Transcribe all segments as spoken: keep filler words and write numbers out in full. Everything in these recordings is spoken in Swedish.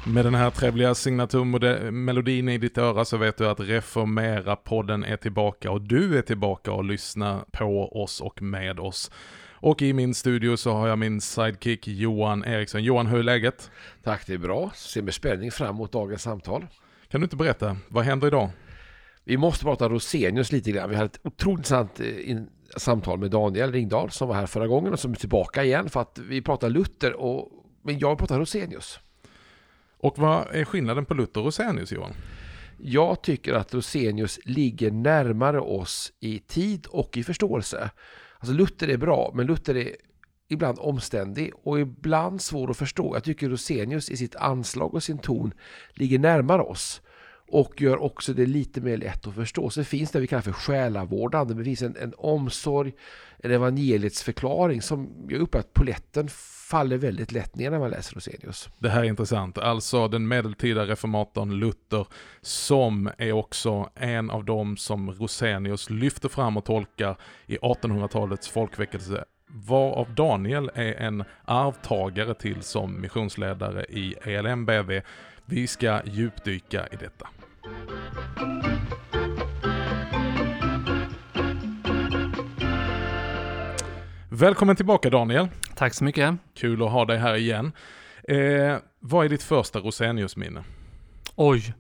Med den här trevliga signaturmelodin i ditt öra så vet du att Reformera-podden är tillbaka och du är tillbaka och lyssnar på oss och med oss. Och i min studio så har jag min sidekick Johan Eriksson. Johan, hur är läget? Tack, det är bra. Ser med spänning fram mot dagens samtal. Kan du inte berätta, vad händer idag? Vi måste prata Rosenius lite grann. Vi hade ett otroligt sant in- samtal med Daniel Ringdahl som var här förra gången och som är tillbaka igen för att vi pratar Luther och men jag pratar Rosenius. Och vad är skillnaden på Luther och Rosenius, Johan? Jag tycker att Rosenius ligger närmare oss i tid och i förståelse. Alltså Luther är bra, men Luther är ibland omständig och ibland svår att förstå. Jag tycker Rosenius i sitt anslag och sin ton ligger närmare oss och gör också det lite mer lätt att förstå. Så finns det vi kallar för själavårdande, men det finns en, en omsorg, en evangeliets förklaring som jag upplever att poletten faller väldigt lätt ner när man läser Rosenius. Det här är intressant. Alltså den medeltida reformatorn Luther som är också en av dem som Rosenius lyfter fram och tolkar i artonhundratalets folkväckelse. Varav Daniel är en arvtagare till som missionsledare i E L M B V. Vi ska djupdyka i detta. Välkommen tillbaka Daniel. Tack så mycket. Kul att ha dig här igen. Eh, vad är ditt första Rosenius-minne? Oj,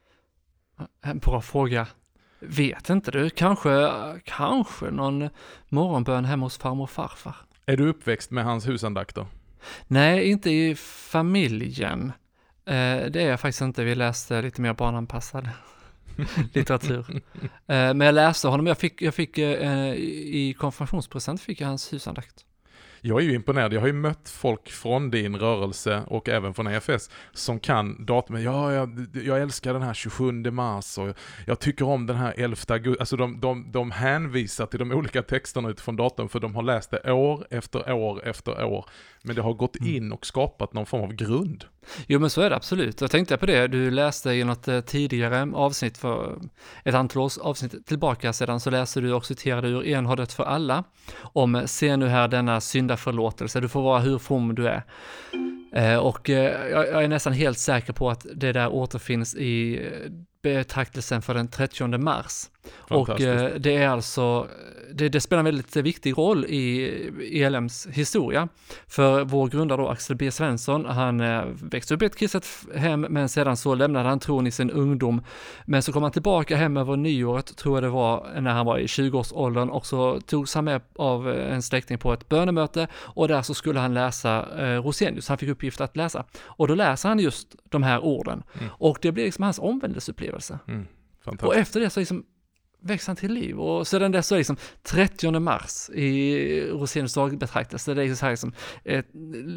en bra fråga. Vet inte du, kanske, kanske någon morgonbön hemma hos farmor och farfar. Är du uppväxt med hans husandakter? Nej, inte i familjen. Eh, det är jag faktiskt inte. Vi läste lite mer barnanpassad litteratur. Eh, men jag läste honom. Jag fick, jag fick eh, i konfirmationspresent fick jag hans husandakt. Jag är ju imponerad. Jag har ju mött folk från din rörelse och även från E F S som kan datumet. Ja, jag, jag älskar den här tjugosjunde mars och jag tycker om den här elfte augusti. Alltså de, de, de hänvisar till de olika texterna utifrån datum för de har läst det år efter år efter år. Men det har gått in och skapat någon form av grund. Jo, men så är det absolut. Jag tänkte på det. Du läste i något tidigare avsnitt för ett antal års avsnitt tillbaka sedan så läste du och citerade ur En har dött för alla om se nu här denna syndaförlåtelse. Du får vara hur from du är. Eh, och eh, jag är nästan helt säker på att det där återfinns i betraktelsen för den trettionde mars. Och eh, det är alltså det, det spelar en väldigt viktig roll i E L M:s historia. För vår grundare då, Axel B. Svensson, han eh, växte upp i ett kristet hem men sedan så lämnade han tron i sin ungdom. Men så kom han tillbaka hem över nyåret, tror jag det var, när han var i tjugoårsåldern och så togs han med av en släkting på ett bönemöte och där så skulle han läsa eh, Rosenius. Han fick uppgift att läsa. Och då läser han just de här orden. Mm. Och det blir liksom hans omvändelseupplevelse. Mm. Och efter det så liksom växer han till liv och sedan dess så är det liksom trettionde mars i Rosenius dagbetraktelse. Det är så här liksom ett,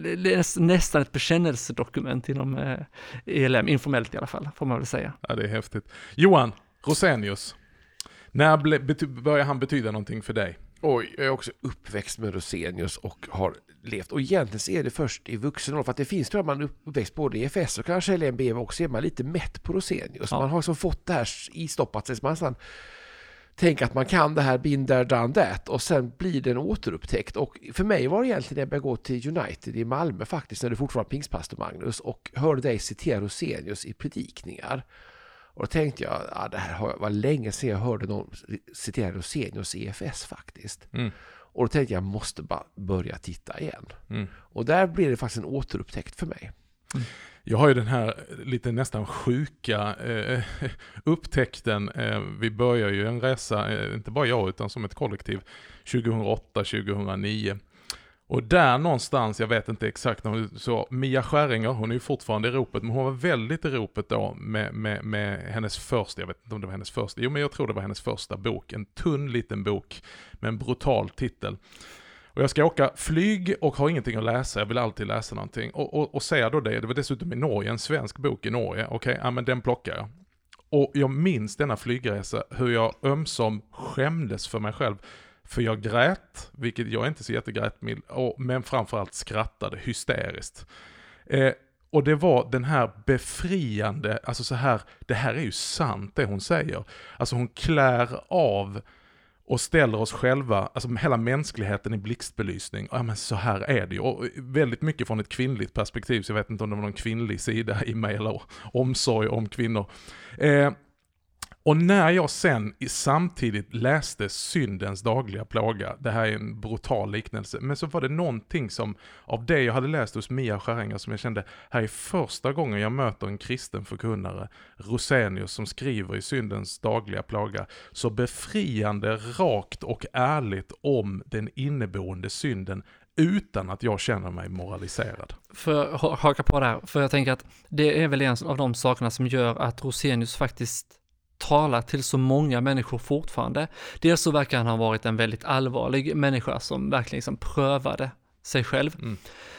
nästan ett bekännelsedokument inom eh, E L M, informellt i alla fall, får man väl säga. Ja, det är häftigt. Johan, Rosenius, när ble, bety, börjar han betyda någonting för dig? Oj, jag är också uppväxt med Rosenius och har levt. Och egentligen så är det först i vuxen år, för att det finns tror jag man uppväxt både i E F S och kanske L M B V också, är man lite mätt på Rosenius. Ja. Man har liksom fått det här istoppat sig, så man nästan tänker att man kan det här, been there, done that, och sen blir det en återupptäckt. Och för mig var det egentligen när jag började gå till United i Malmö faktiskt, när du fortfarande pingstpastor Magnus, och hörde dig citera Rosenius i predikningar. Och då tänkte jag, ja, det här var länge sedan jag hörde någon citera Rosenius i E F S faktiskt. Mm. Och då tänkte jag, jag måste bara börja titta igen. Mm. Och där blev det faktiskt en återupptäckt för mig. Mm. Jag har ju den här lite nästan sjuka eh, upptäckten. Eh, vi börjar ju en resa, eh, inte bara jag utan som ett kollektiv, tjugohundraåtta tjugohundranio. Och där någonstans, jag vet inte exakt, så Mia Skäringer, hon är ju fortfarande i ropet, men hon var väldigt i ropet då med, med, med hennes första, jag vet inte om det var hennes första, jo men jag tror det var hennes första bok, en tunn liten bok med en brutal titel. Och jag ska åka flyg och har ingenting att läsa, jag vill alltid läsa någonting. Och, och, och säga då det, det var dessutom i Norge, en svensk bok i Norge, okej, okay, ja men den plockar jag. Och jag minns denna flygresa, hur jag ömsom skämdes för mig själv. För jag grät, vilket jag inte så jättegrätmild, men framförallt skrattade hysteriskt. Eh, och det var den här befriande, alltså så här, det här är ju sant det hon säger. Alltså hon klär av och ställer oss själva, alltså hela mänskligheten i blixtbelysning. Ja, men så här är det ju. Och väldigt mycket från ett kvinnligt perspektiv, så jag vet inte om det var någon kvinnlig sida i mig eller omsorg om kvinnor. Eh, och när jag sen samtidigt läste Syndens dagliga plåga, det här är en brutal liknelse, men så var det någonting som, av det jag hade läst hos Mia Skäringer, som jag kände, här är första gången jag möter en kristen förkunnare, Rosenius, som skriver i Syndens dagliga plåga så befriande, rakt och ärligt om den inneboende synden, utan att jag känner mig moraliserad. För att haka på det här, för jag tänker att det är väl en av de sakerna som gör att Rosenius faktiskt talar till så många människor fortfarande. Dels så verkar han ha varit en väldigt allvarlig människa som verkligen liksom prövade sig själv. Mm.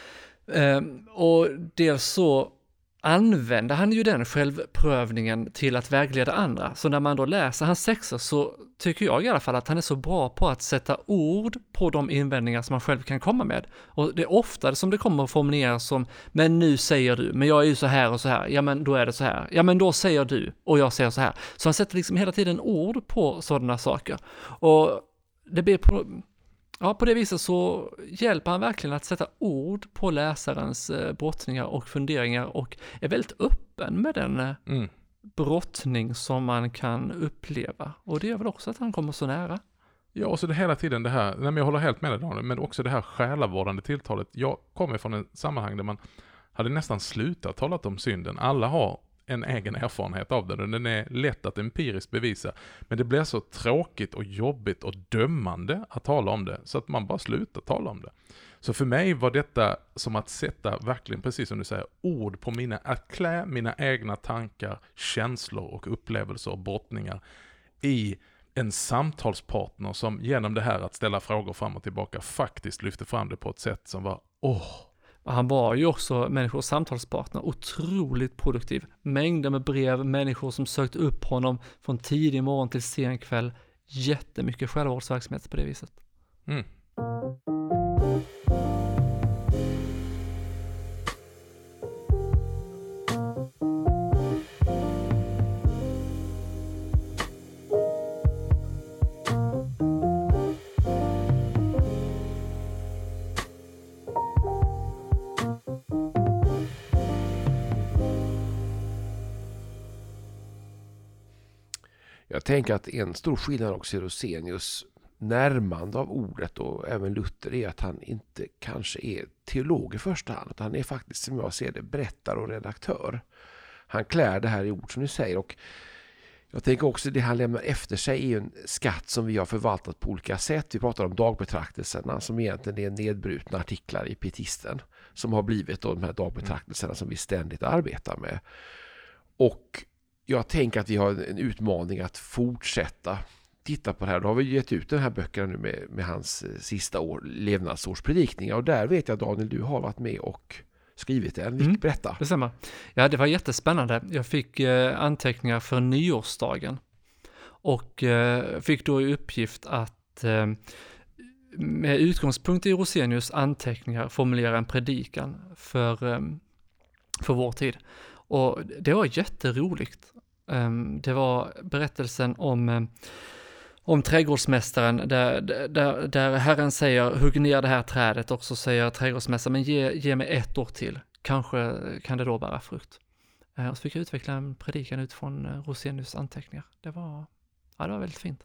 Ehm, och dels så använder han ju den självprövningen till att vägleda andra. Så när man då läser hans texter så tycker jag i alla fall att han är så bra på att sätta ord på de invändningar som man själv kan komma med. Och det är ofta som det kommer att formuleras som, men nu säger du, men jag är ju så här och så här, ja men då är det så här, ja men då säger du och jag säger så här. Så han sätter liksom hela tiden ord på sådana saker. Och det blir på... Ja, på det viset så hjälper han verkligen att sätta ord på läsarens eh, brottningar och funderingar och är väldigt öppen med den eh, mm. brottning som man kan uppleva. Och det gör väl också att han kommer så nära. Ja, och så det hela tiden det här, nej, men jag håller helt med dig Daniel, men också det här själavårdande tilltalet. Jag kommer från ett sammanhang där man hade nästan slutat talat om synden. Alla har en egen erfarenhet av den och den är lätt att empiriskt bevisa. Men det blir så tråkigt och jobbigt och dömande att tala om det så att man bara slutar tala om det. Så för mig var detta som att sätta verkligen, precis som du säger, ord på mina, att klä mina egna tankar, känslor och upplevelser och brottningar i en samtalspartner som genom det här att ställa frågor fram och tillbaka faktiskt lyfte fram det på ett sätt som var åh. Han var ju också människors samtalspartner, otroligt produktiv. Mängder med brev, människor som sökt upp honom från tidig morgon till sen kväll. Jättemycket självvårdsverksamhet på det viset. Mm. Jag tänker att en stor skillnad också i Rosenius närmande av ordet och även Luther är att han inte kanske är teolog i första hand, utan han är faktiskt, som jag ser det, berättare och redaktör. Han klär det här i ord som ni säger, och jag tänker också det han lämnar efter sig är en skatt som vi har förvaltat på olika sätt. Vi pratar om dagbetraktelserna som egentligen är nedbrutna artiklar i Pietisten som har blivit då de här dagbetraktelserna som vi ständigt arbetar med. Och jag tänker att vi har en utmaning att fortsätta titta på det här. Då har vi gett ut den här böckerna nu med, med hans sista år, levnadsårspredikningar. Och där vet jag, Daniel, du har varit med och skrivit en. Mm, berätta. Detsamma. Ja, det var jättespännande. Jag fick eh, anteckningar för nyårsdagen. Och eh, fick då i uppgift att eh, med utgångspunkt i Rosenius anteckningar formulera en predikan för, eh, för vår tid. Och det var jätteroligt. Det var berättelsen om, om trädgårdsmästaren där, där, där Herren säger hugg ner det här trädet, och så säger trädgårdsmästaren men ge, ge mig ett år till. Kanske kan det då bära frukt. Och så fick jag utveckla en predikan utifrån Rosenius anteckningar. Det var, ja, det var väldigt fint.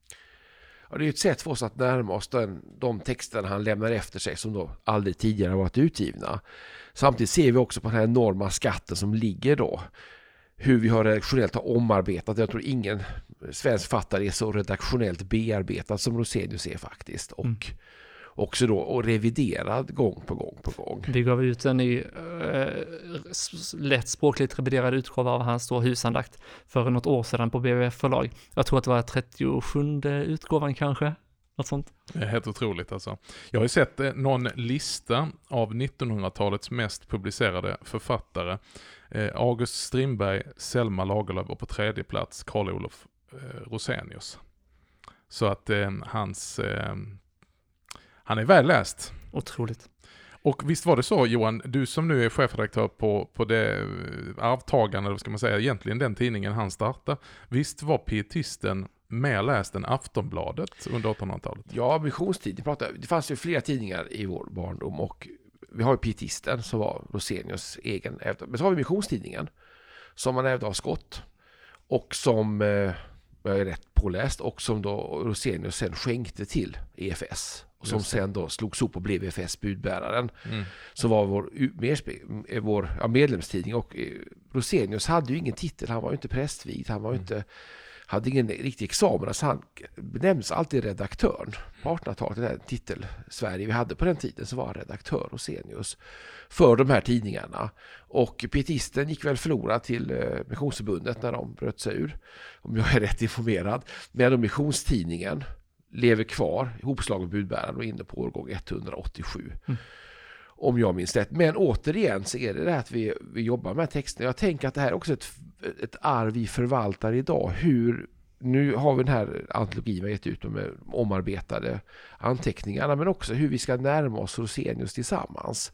Ja, det är ett sätt för oss att närma oss den, de texterna han lämnar efter sig som då aldrig tidigare varit utgivna. Samtidigt ser vi också på den här enorma skatten som ligger då. Hur vi har redaktionellt har omarbetat. Jag tror ingen svensk fattare är så redaktionellt bearbetad som Rosenius är faktiskt. Och mm. också då och reviderad gång på gång på gång. Vi gav ut en ny äh, lättspråkligt reviderad utgåva av hans då husandakt för något år sedan på B V F-förlag. Jag tror att det var trettiosjunde utgåvan kanske. Något sånt. Det är helt otroligt alltså. Jag har ju sett eh, någon lista av nittonhundratalets mest publicerade författare. Eh, August Strindberg, Selma Lagerlöf och på tredje plats Carl Olof eh, Rosenius. Så att eh, hans... Eh, han är väl läst. Otroligt. Och visst var det så, Johan, du som nu är chefredaktör på, på det arvtagande, eller ska man säga, egentligen den tidningen han startade. Visst var Pietisten mer läst än Aftonbladet under åttahundratalet. Ja, missionstid. Det fanns ju flera tidningar i vår barndom och vi har ju Pietisten som var Rosenius egen ärvd. Men så har vi missionstidningen som man ärvde av Skott och som eh, jag är rätt påläst och som då Rosenius sen skänkte till E F S och som sen då slogs upp och blev E F S budbäraren mm. som var vår, vår ja, medlemstidning och Rosenius hade ju ingen titel, han var ju inte prästvigd, han var ju mm. inte hade ingen riktig examen, så han benämns alltid redaktören. På artonhundratalet, den här titel Sverige vi hade på den tiden, så var han redaktör Rosenius för de här tidningarna. Och pietisten gick väl förlorad till eh, Missionsförbundet när de bröt sig ur, om jag är rätt informerad. Men missionstidningen lever kvar, ihopslagen budbäraren och inne på årgång etthundraåttiosju. Mm. Om jag minns rätt. Men återigen så är det det här att vi, vi jobbar med texten. Jag tänker att det här är också ett, ett arv vi förvaltar idag. Hur, nu har vi den här antologin vi har gett ut med omarbetade anteckningarna, men också hur vi ska närma oss Rosenius tillsammans.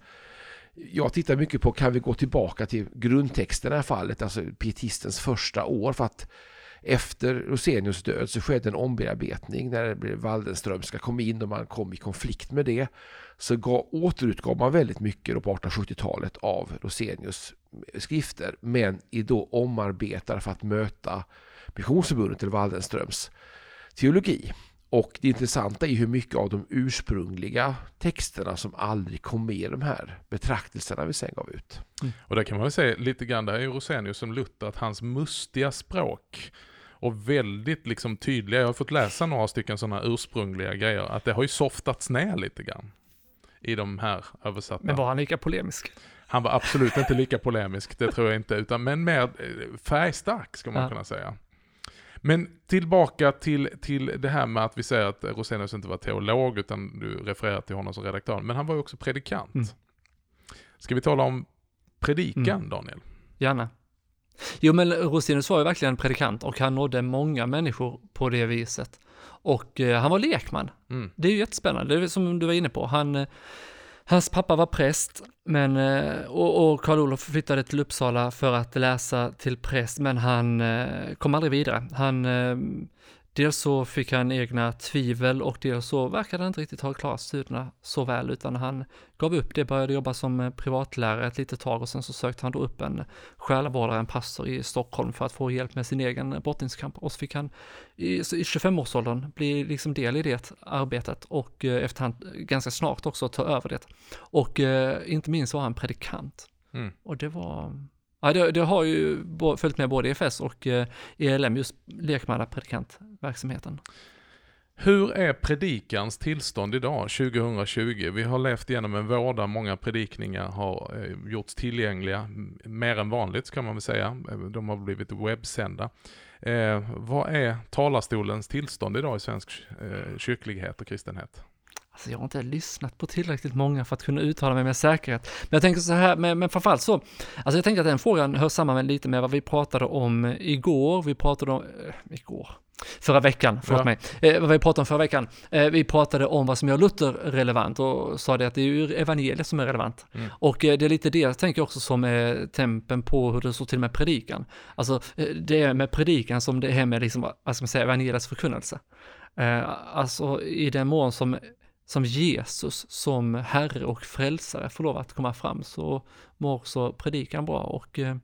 Jag tittar mycket på, kan vi gå tillbaka till grundtexten i det här fallet, alltså pietistens första år, för att efter Rosenius död så skedde en ombearbetning när Waldenströmska kom in och man kom i konflikt med det. Så gav, återutgav man väldigt mycket på artonhundrasjuttiotalet av Rosenius skrifter, men är då omarbetade för att möta Missionsförbundet eller Waldenströms teologi. Och det intressanta är hur mycket av de ursprungliga texterna som aldrig kom med i de här betraktelserna vi sen gav ut. Mm. Och där kan man väl säga lite grann, det är ju Rosenius som Luther, att hans mustiga språk och väldigt liksom tydliga, jag har fått läsa några stycken sådana ursprungliga grejer, att det har ju softats ner lite grann i de här översatta. Men var han lika polemisk? Han var absolut inte lika polemisk, det tror jag inte, utan men mer färgstark ska man ja. kunna säga. Men tillbaka till, till det här med att vi säger att Rosenius inte var teolog, utan du refererar till honom som redaktör, men han var ju också predikant. Mm. Ska vi tala om predikan, mm. Daniel? Gärna. Jo, men Rosenius var ju verkligen en predikant och han nådde många människor på det viset. Och eh, han var lekman. Mm. Det är ju jättespännande, det är som du var inne på. Han, eh, hans pappa var präst, men, eh, och, och Karl Olof flyttade till Uppsala för att läsa till präst, men han eh, kom aldrig vidare. Han, eh, dels så fick han egna tvivel och dels så verkade han inte riktigt ha klarat studierna så väl, utan han gav upp det, började jobba som privatlärare ett litet tag och sen så sökte han då upp en själavårdare, en pastor i Stockholm för att få hjälp med sin egen brottningskamp, och så fick han i, i tjugofem-årsåldern bli liksom del i det arbetet och eh, efterhand ganska snart också ta över det. Och eh, inte minst var han predikant. Mm. Och det var... Ja, det, det har ju följt med både E F S och eh, E L M, just lekmannapredikantverksamheten. Hur är predikans tillstånd idag, tjugohundratjugo? Vi har levt igenom en vår där många predikningar har eh, gjorts tillgängliga, mer än vanligt kan man väl säga. De har blivit webbsända. Eh, vad är talarstolens tillstånd idag i svensk eh, kyrklighet och kristenhet? Alltså jag har inte lyssnat på tillräckligt många för att kunna uttala mig med säkerhet. Men jag tänker så här, men, men framförallt så, alltså jag tänker att den frågan hör samman med lite med vad vi pratade om igår. Vi pratade om, äh, igår, förra veckan, förlåt ja. mig. Eh, vad vi pratade om förra veckan. Eh, vi pratade om vad som gör Luther relevant och sa det att det är ju evangeliet som är relevant. Mm. Och eh, det är lite det jag tänker också som är tempen på hur det står till med predikan. Alltså eh, det är med predikan som det är med liksom, vad ska man säga, evangeliets förkunnelse. Eh, alltså i den mån som som Jesus som herre och frälsare får lov att komma fram, så mår också predikan bra, och eh,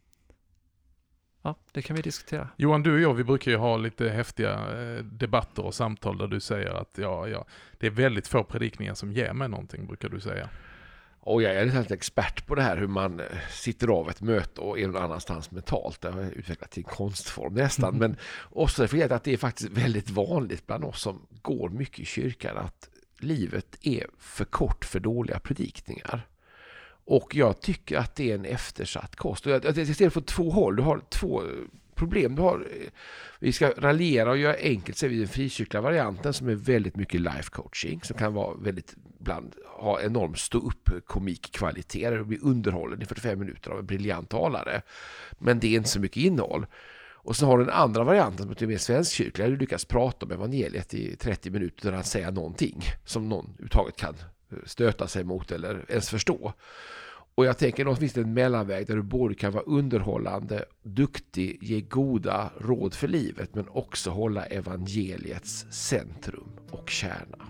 ja, det kan vi diskutera. Johan, du och jag, vi brukar ju ha lite häftiga eh, debatter och samtal där du säger att ja, ja, det är väldigt få predikningar som ger mig någonting, brukar du säga. Och jag är lite expert på det här, hur man sitter av ett möte och är någon annanstans mentalt. Det har jag utvecklat till en konstform nästan. Mm. Men också för att det är faktiskt väldigt vanligt bland oss som går mycket i kyrkan att livet är för kort för dåliga predikningar. Och jag tycker att det är en eftersatt kost. Och jag, jag ser det på två håll. Du har två problem. Du har, vi ska raljera och göra enkelt, så är vi den frikyrkliga varianten som är väldigt mycket life coaching, som kan vara väldigt, ibland ha enorm stå upp komikkvalitet och bli underhållen i fyrtiofem minuter av en briljant talare. Men det är inte så mycket innehåll. Och så har du den andra varianten som är mer svenskkyrklig, där du lyckas prata om evangeliet i trettio minuter utan att säga någonting som någon uttaget kan stöta sig mot eller ens förstå. Och jag tänker att det finns en mellanväg där du både kan vara underhållande, duktig, ge goda råd för livet, men också hålla evangeliets centrum och kärna.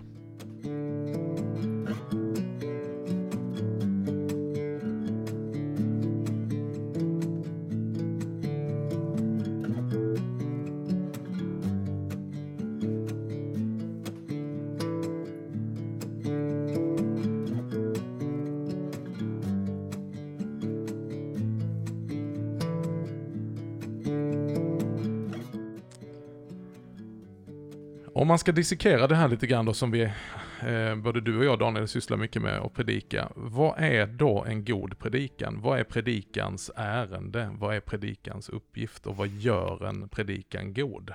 Om man ska dissekera det här lite grann då, som vi, eh, både du och jag Daniel sysslar mycket med att predika. Vad är då en god predikan? Vad är predikans ärende? Vad är predikans uppgift? Och vad gör en predikan god?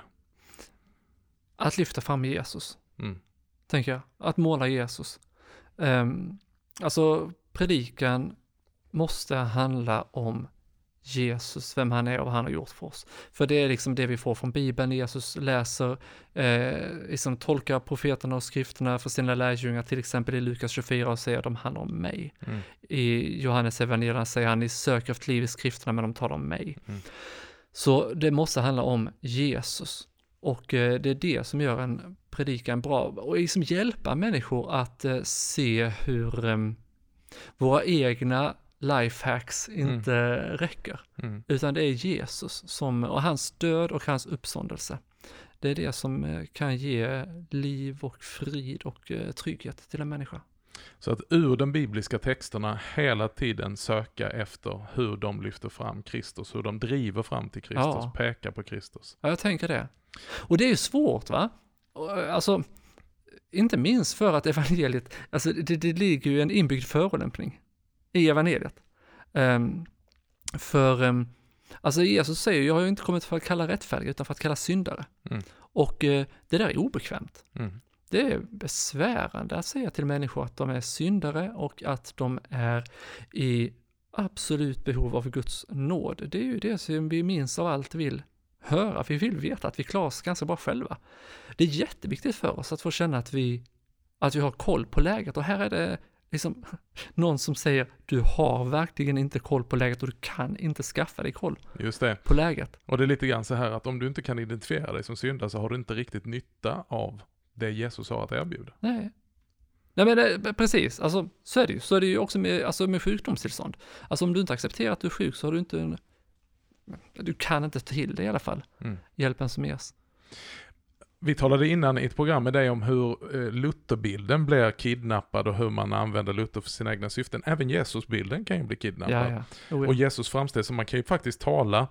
Att lyfta fram Jesus, Mm. tänker jag. Att måla Jesus. Um, alltså predikan måste handla om Jesus, vem han är och vad han har gjort för oss. För det är liksom det vi får från Bibeln. Jesus läser, eh, liksom tolkar profeterna och skrifterna för sina lärjungar, till exempel i Lukas tjugofyra, och säger de handlar om mig. Mm. I Johannes evangeliet säger han, ni söker efter liv i skrifterna, men de talar om mig. Mm. Så det måste handla om Jesus. Och eh, det är det som gör en predikan bra. Och liksom hjälpa människor att eh, se hur eh, våra egna lifehacks inte mm. räcker. Mm. Utan det är Jesus som, och hans död och hans uppståndelse. Det är det som kan ge liv och frid och uh, trygghet till en människa. Så att ur de bibliska texterna hela tiden söka efter hur de lyfter fram Kristus, hur de driver fram till Kristus, ja. Pekar på Kristus. Ja, jag tänker det. Och det är ju svårt, va? Alltså, inte minst för att evangeliet, alltså det, det ligger ju en inbyggd förolämpning i evangeliet. Um, för um, alltså Jesus säger, jag har ju inte kommit för att kalla rättfärdiga utan för att kalla syndare. Mm. Och uh, det där är obekvämt. Mm. Det är besvärande att säga till människor att de är syndare och att de är i absolut behov av Guds nåd. Det är ju det som vi minst av allt vill höra. Vi vill veta att vi klarar oss ganska bra själva. Det är jätteviktigt för oss att få känna att vi, att vi har koll på läget. Och här är det liksom någon som säger, du har verkligen inte koll på läget och du kan inte skaffa dig koll Just det. på läget. Och det är lite grann så här att om du inte kan identifiera dig som syndare så har du inte riktigt nytta av det Jesus har att erbjuda. Nej. Nej men det, precis, alltså så är det ju. Så är det ju också med, alltså med sjukdomstillstånd. Alltså om du inte accepterar att du är sjuk så har du inte en, du kan inte ta till det i alla fall. Mm. Hjälpen som ges. Vi talade innan i ett program med dig om hur Lutherbilden blir kidnappad och hur man använder Luther för sina egna syften. Även Jesusbilden kan ju bli kidnappad. Ja, ja. Oh, ja. Och Jesus framställs som man kan ju faktiskt tala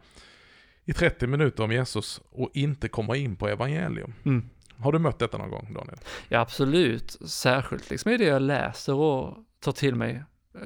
i trettio minuter om Jesus och inte komma in på evangelium. Mm. Har du mött detta någon gång, Daniel? Ja, absolut. Särskilt liksom är det jag läser och tar till mig,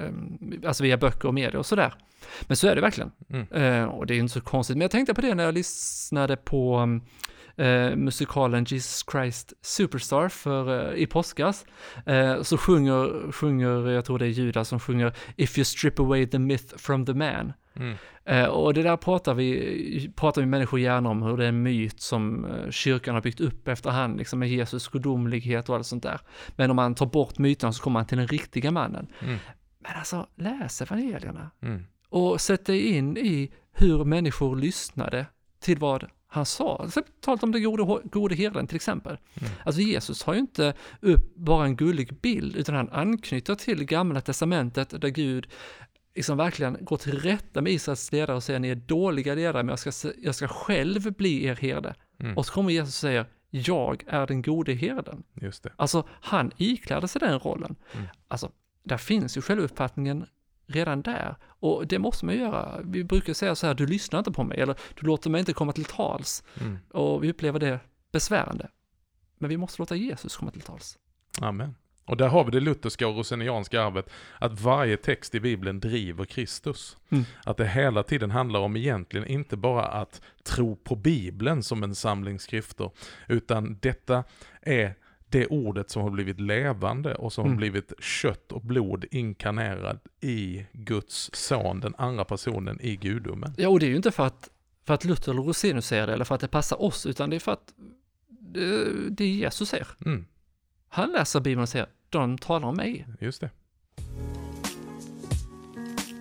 um, alltså via böcker och media och sådär. Men så är det verkligen. Mm. Uh, och det är inte så konstigt. Men jag tänkte på det när jag lyssnade på um, uh, musikalen Jesus Christ Superstar för, uh, i påskas. Uh, så sjunger, sjunger, jag tror det är Judas som sjunger If you strip away the myth from the man. Mm. Uh, och det där pratar vi, pratar vi människor gärna om, hur det är en myt som uh, kyrkan har byggt upp efterhand, liksom med Jesus gudomlighet och allt sånt där. Men om man tar bort myterna så kommer man till den riktiga mannen. Mm. Men alltså, läs evangelierna. Mm. Och sätt dig in i hur människor lyssnade till vad han sa. Talat om det gode, gode herden till exempel. Mm. Alltså Jesus har ju inte upp bara en gullig bild, utan han anknyter till Gamla testamentet där Gud liksom verkligen går till rätta med Israels ledare och säger, ni är dåliga ledare, men jag ska, jag ska själv bli er herde. Mm. Och så kommer Jesus och säger, jag är den gode herden. Just det. Alltså han ikläder sig den rollen. Mm. Alltså där finns ju självuppfattningen redan där. Och det måste man göra. Vi brukar säga så här, du lyssnar inte på mig, eller du låter mig inte komma till tals. Mm. Och vi upplever det besvärande. Men vi måste låta Jesus komma till tals. Amen. Och där har vi det lutherska och rosenianska arvet, att varje text i Bibeln driver Kristus. Mm. Att det hela tiden handlar om egentligen inte bara att tro på Bibeln som en samling skrifter, utan detta är det ordet som har blivit levande och som mm. har blivit kött och blod inkarnerad i Guds son, den andra personen i gudomen. Ja, och det är ju inte för att, för att Luther eller Rosenius säger det eller för att det passar oss, utan det är för att det, det Jesus säger. Mm. Han läser Bibeln och säger, de talar om mig. Just det.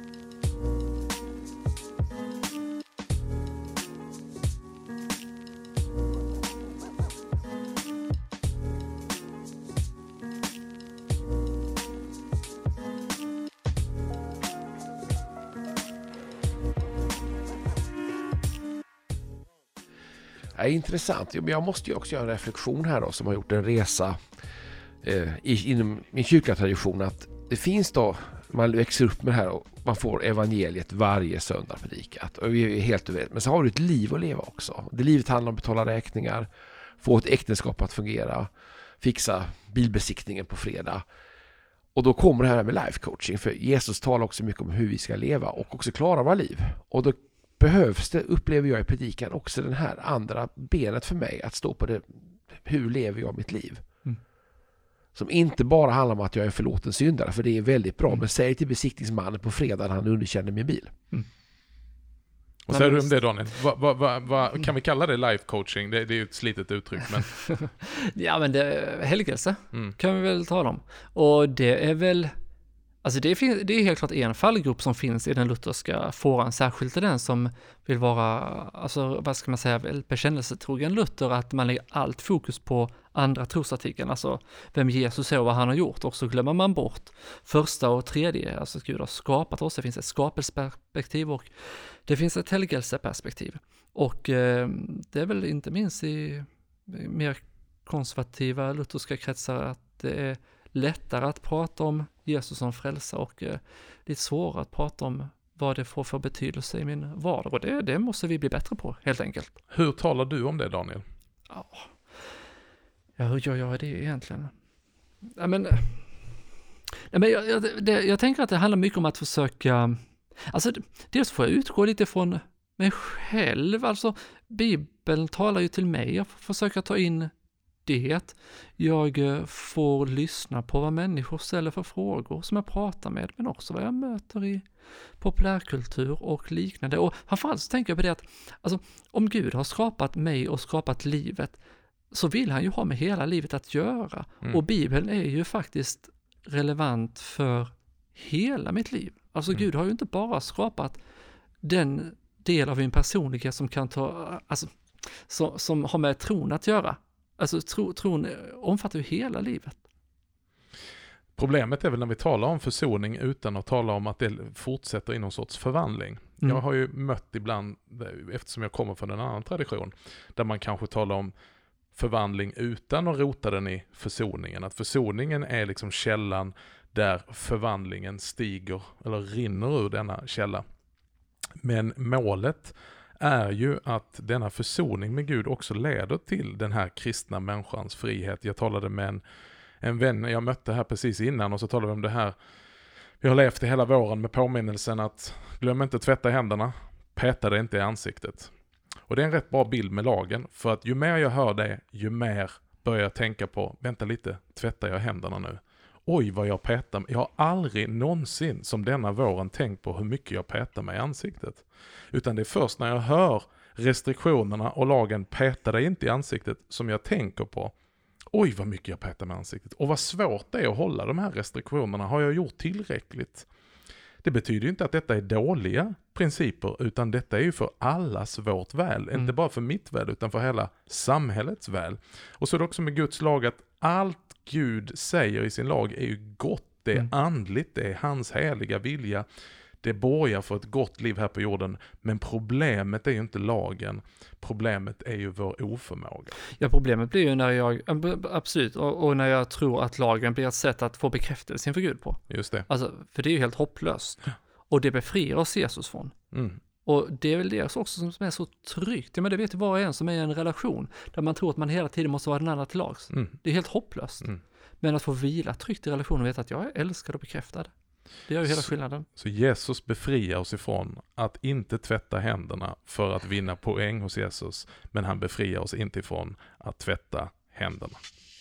Ja, intressant. Men jag måste ju också göra en reflektion här då, som har gjort en resa eh, i, inom min kyrkliga tradition, att det finns då, man växer upp med det här och man får evangeliet varje söndag predikat. Och vi är helt överens. Men så har du ett liv att leva också. Det livet handlar om att betala räkningar, få ett äktenskap att fungera, fixa bilbesiktningen på fredag. Och då kommer det här med life coaching. För Jesus talar också mycket om hur vi ska leva och också klara våra liv. Och då behövs det, upplever jag i predikan, också den här andra benet för mig. Att stå på det, hur lever jag mitt liv? Mm. Som inte bara handlar om att jag är en förlåten syndare. För det är väldigt bra. Mm. Men säg till besiktningsmannen på fredag när han underkänner min bil. Mm. Vad säger du om det, Daniel? Va, va, va, va, kan vi kalla det life coaching? Det, det är ju ett slitet uttryck. Men... ja, men det är helgelse mm. kan vi väl tala om. Och det är väl, alltså det är, det är helt klart en fallgrupp som finns i den lutherska fåran, särskilt i den som vill vara, alltså vad ska man säga, väl bekännelsetrogen Luther, att man lägger allt fokus på andra trosartikeln, alltså vem Jesus är och vad han har gjort, och så glömmer man bort första och tredje, alltså att Gud har skapat oss. Det finns ett skapelseperspektiv och det finns ett helgelseperspektiv. Och eh, det är väl inte minst i mer konservativa lutherska kretsar att det är lättare att prata om Jesus som frälsare och eh, lite svårare att prata om vad det får för betydelse i min vardag. Och det, det måste vi bli bättre på, helt enkelt. Hur talar du om det, Daniel? Ja, ja hur gör jag det egentligen? Ja, men, ja, men jag, jag, det, jag tänker att det handlar mycket om att försöka, alltså dels får jag utgå lite från mig själv, alltså Bibeln talar ju till mig, jag får försöka ta in det. Jag får lyssna på vad människor ställer för frågor som jag pratar med, men också vad jag möter i populärkultur och liknande. Och framförallt så tänker jag på det att alltså, om Gud har skapat mig och skapat livet, så vill han ju ha med hela livet att göra. Mm. Och Bibeln är ju faktiskt relevant för hela mitt liv. Alltså mm. Gud har ju inte bara skapat den del av min personlighet som kan ta, alltså, som, som har med tron att göra. Alltså tro, tron omfattar ju hela livet. Problemet är väl när vi talar om försoning utan att tala om att det fortsätter i någon sorts förvandling. Mm. Jag har ju mött ibland, eftersom jag kommer från en annan tradition, där man kanske talar om förvandling utan att rota den i försoningen. Att försoningen är liksom källan där förvandlingen stiger eller rinner ur denna källa. Men målet är ju att denna försoning med Gud också leder till den här kristna människans frihet. Jag talade med en, en vän jag mötte här precis innan, och så talade vi om det här. Vi har levt i hela våren med påminnelsen att glöm inte tvätta händerna, peta det inte i ansiktet. Och det är en rätt bra bild med lagen, för att ju mer jag hör det, ju mer börjar jag tänka på, vänta lite, tvättar jag händerna nu? Oj, vad jag petar. Jag har aldrig någonsin som denna våren tänkt på hur mycket jag petar mig i ansiktet. Utan det är först när jag hör restriktionerna och lagen peta dig inte i ansiktet som jag tänker på, oj vad mycket jag petar mig i ansiktet. Och vad svårt det är att hålla de här restriktionerna. Har jag gjort tillräckligt? Det betyder ju inte att detta är dåliga principer, utan detta är ju för allas vårt väl. Mm. Inte bara för mitt väl, utan för hela samhällets väl. Och så är det också med Guds lag att allt Gud säger i sin lag är ju gott, det är mm. andligt, det är hans heliga vilja. Det borgar för ett gott liv här på jorden, men problemet är ju inte lagen. Problemet är ju vår oförmåga. Ja, problemet blir ju när jag, absolut, och, och när jag tror att lagen blir ett sätt att få bekräftelse inför Gud på. Just det. Alltså, för det är ju helt hopplöst. Och det befriar oss Jesus från. Mm. Och det är väl det också som är så tryggt. Ja, men det vet ju var och en som är i en relation där man tror att man hela tiden måste vara den andra till lags. Mm. Det är helt hopplöst. Mm. Men att få vila tryggt i relationen och veta att jag är älskad och bekräftad. Det gör ju hela skillnaden. Så, så Jesus befriar oss ifrån att inte tvätta händerna för att vinna poäng hos Jesus. Men han befriar oss inte ifrån att tvätta händerna.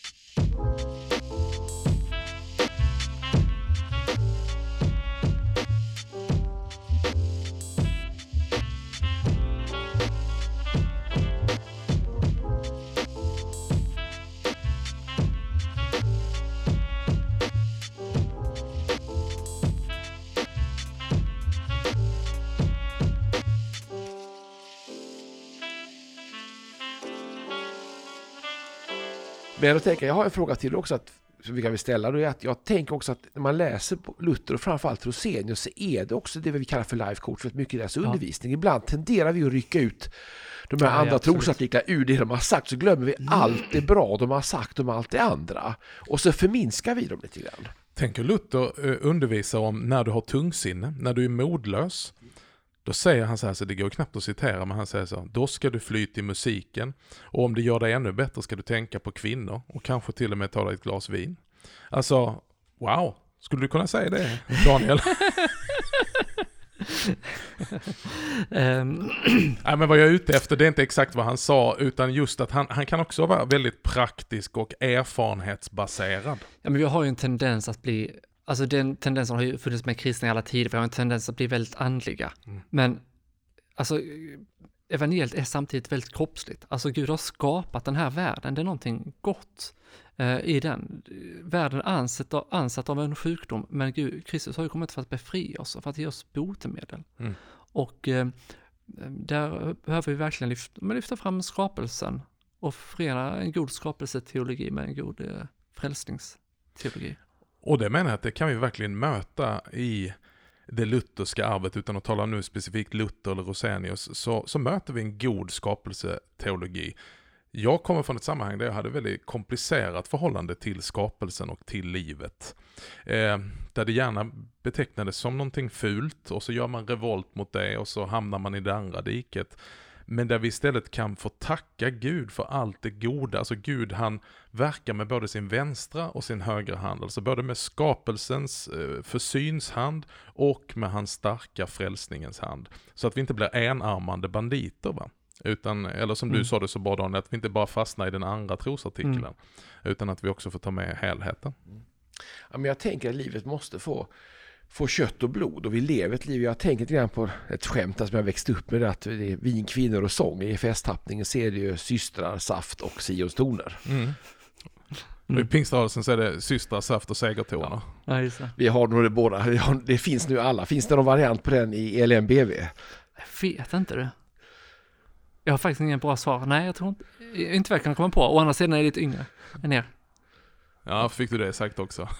Men jag tänker, jag har en fråga till också att, som vi kan väl ställa, då är att jag tänker också att när man läser på Luther och framförallt Rosenius så är det också det vi kallar för life coach, för mycket deras ja. undervisning. Ibland tenderar vi att rycka ut de här Ja, andra ja, trosartiklarna ur det de har sagt, så glömmer vi allt det bra de har sagt om allt det andra. Och så förminskar vi dem lite grann. Tänker Luther uh, undervisa om när du har tungsinne, när du är modlös. Då säger han så här, så det går knappt att citera, men han säger så: då ska du flyta i musiken. Och om det gör dig ännu bättre ska du tänka på kvinnor. Och kanske till och med ta dig ett glas vin. Alltså, wow. Skulle du kunna säga det, Daniel? um. Nej, men vad jag är ute efter, det är inte exakt vad han sa, utan just att han, han kan också vara väldigt praktisk och erfarenhetsbaserad. Ja, men vi har ju en tendens att bli, alltså den tendensen har ju funnits med kristna i alla tider, vi har en tendens att bli väldigt andliga. Mm. Men alltså evangeliet är samtidigt väldigt kroppsligt. Alltså Gud har skapat den här världen, det är någonting gott eh, i den. Världen är ansatt av, ansatt av en sjukdom, men Gud, Kristus har ju kommit för att befria oss och för att ge oss botemedel. Mm. Och eh, där behöver vi verkligen lyfta, men lyfta fram skapelsen och förena en god skapelseteologi med en god eh, frälsningsteologi. Och det menar jag att det kan vi verkligen möta i det lutherska arvet, utan att tala nu specifikt Luther eller Rosenius, så, så möter vi en god skapelseteologi. Jag kommer från ett sammanhang där jag hade väldigt komplicerat förhållande till skapelsen och till livet. Eh, där det gärna betecknades som någonting fult, och så gör man revolt mot det och så hamnar man i det andra diket. Men där vi istället kan få tacka Gud för allt det goda. Alltså Gud, han verkar med både sin vänstra och sin högra hand. Alltså både med skapelsens eh, försynshand och med hans starka frälsningens hand. Så att vi inte blir enarmande banditer, va? Utan, eller som mm. du sa det så bra, Daniel, att vi inte bara fastnar i den andra trosartikeln. Mm. Utan att vi också får ta med helheten. Mm. Ja, men jag tänker att livet måste få... få kött och blod, och vi lever ett liv. Jag tänker lite grann på ett skämt som jag växte upp med, att det är vin, kvinnor och sång. I festtappningen ser det ju systrar, saft och Sions toner. Mm. Mm. I pingströrelsen så är det systrar, saft och segertoner. Ja, just det. Vi har nog det båda. Det finns nu alla. Finns det någon variant på den i L M B V? Jag vet inte det. Jag har faktiskt ingen bra svar. Nej, jag tror inte. Inte verkar komma på. Å andra sidan är jag lite yngre än er. Ja, fick du det sagt också.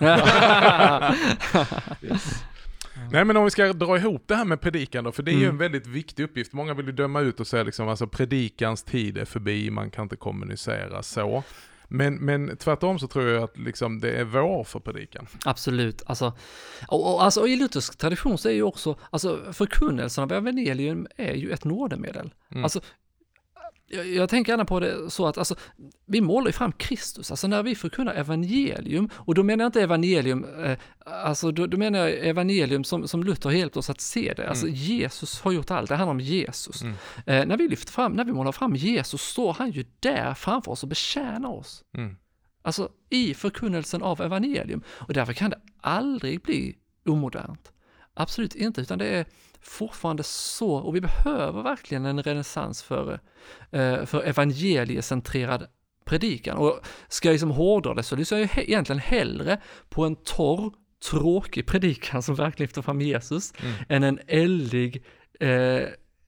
Yes. Nej, men om vi ska dra ihop det här med predikan då, för det är mm. ju en väldigt viktig uppgift. Många vill ju döma ut och säga liksom, alltså predikans tid är förbi, man kan inte kommunicera så. Men, men tvärtom så tror jag att liksom, det är vår för predikan. Absolut. Alltså, och, och, alltså, och i luthersk tradition så är ju också, alltså förkunnelsen av evangelium är ju ett nådemedel. Mm. Alltså, Jag, jag tänker gärna på det så att alltså, vi målar ju fram Kristus, alltså när vi förkunnar evangelium, och då menar jag inte evangelium, eh, alltså då, då menar jag evangelium som, som Luther har hjälpt oss att se det, alltså mm. Jesus har gjort allt, det handlar om Jesus. Mm. Eh, när vi lyfter fram, när vi målar fram Jesus, står han ju där framför oss och betjänar oss. Mm. Alltså i förkunnelsen av evangelium, och därför kan det aldrig bli omodernt. Absolut inte, utan det är fortfarande så, och vi behöver verkligen en renässans för, för evangeliecentrerad predikan. Och ska jag liksom hårdra det, så lyssnar jag egentligen hellre på en torr, tråkig predikan som verkligen lyfter fram Jesus mm. än en eldig, eh,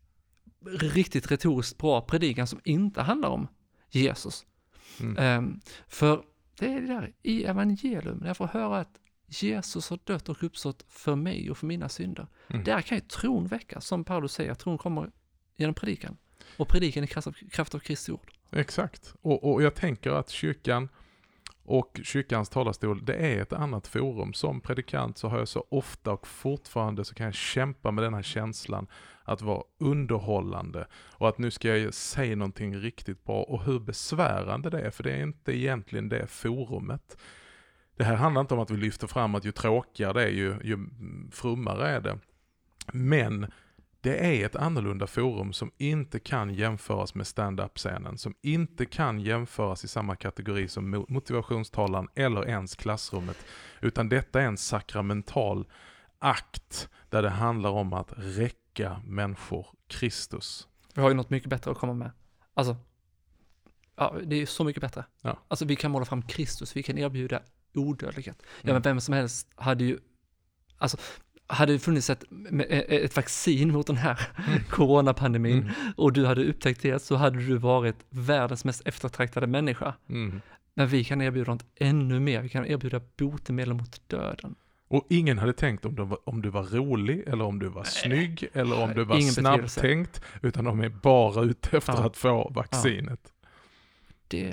riktigt retoriskt bra predikan som inte handlar om Jesus. Mm. Eh, för det är det där i evangelium, när jag får höra att Jesus har dött och uppstått för mig och för mina synder. Mm. Där kan ju tron väckas, som Paulus säger, tron kommer genom predikan. Och predikan är kraft av, kraft av Kristi ord. Exakt. Och, och jag tänker att kyrkan och kyrkans talarstol, det är ett annat forum. Som predikant så har jag så ofta och fortfarande så kan jag kämpa med den här känslan att vara underhållande. Och att nu ska jag säga någonting riktigt bra. Och hur besvärande det är, för det är inte egentligen det forumet. Det här handlar inte om att vi lyfter fram att ju tråkigare det är, ju, ju frummare är det. Men det är ett annorlunda forum som inte kan jämföras med stand-up-scenen. Som inte kan jämföras i samma kategori som motivationstalan eller ens klassrummet. Utan detta är en sakramental akt där det handlar om att räcka människor Kristus. Vi har ju något mycket bättre att komma med. Alltså, ja, det är så mycket bättre. Ja. Alltså vi kan måla fram Kristus, vi kan erbjuda odödlighet. Ja, mm. men vem som helst hade ju, alltså hade det funnits ett, ett vaccin mot den här mm. coronapandemin mm. och du hade upptäckt det, så hade du varit världens mest eftertraktade människa. Mm. Men vi kan erbjuda något ännu mer. Vi kan erbjuda botemedel mot döden. Och ingen hade tänkt om du var, om du var rolig, eller om du var snygg, eller om du var ingen snabbtänkt, utan de är bara ute efter Ja. att få vaccinet. Det...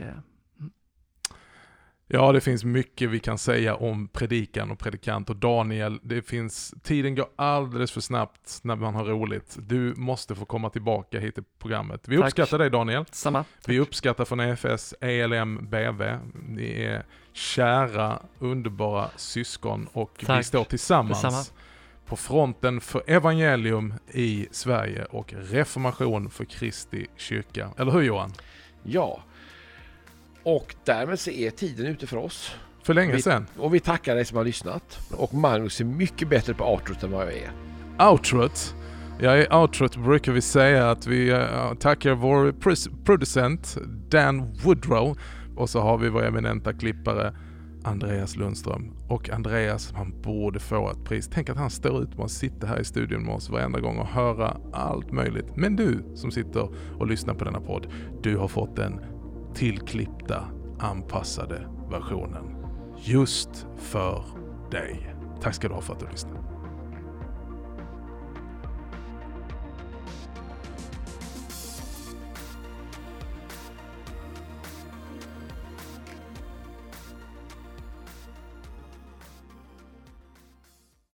Ja, det finns mycket vi kan säga om predikan och predikant och Daniel. Det finns, tiden går alldeles för snabbt när man har roligt. Du måste få komma tillbaka hit till programmet. Vi Tack. uppskattar dig, Daniel. Samma. Vi uppskattar från E F S, E L M, B V. Ni är kära, underbara syskon och Tack. vi står tillsammans Detsamma. på fronten för evangelium i Sverige och reformation för Kristi kyrka. Eller hur, Johan? Ja, och därmed så är tiden ute för oss. För länge vi, sedan. Och vi tackar dig som har lyssnat. Och Magnus är mycket bättre på outrot än vad jag är. Outrot. Ja, i outrot brukar vi säga att vi uh, tackar vår pr- producent Dan Woodrow och så har vi vår eminenta klippare Andreas Lundström. Och Andreas, han borde få ett pris. Tänk att han står ut med att sitta här i studion med oss varenda gång och höra allt möjligt. Men du som sitter och lyssnar på denna podd, du har fått den tillklippta, anpassade versionen just för dig. Tack ska du ha för att du lyssnar.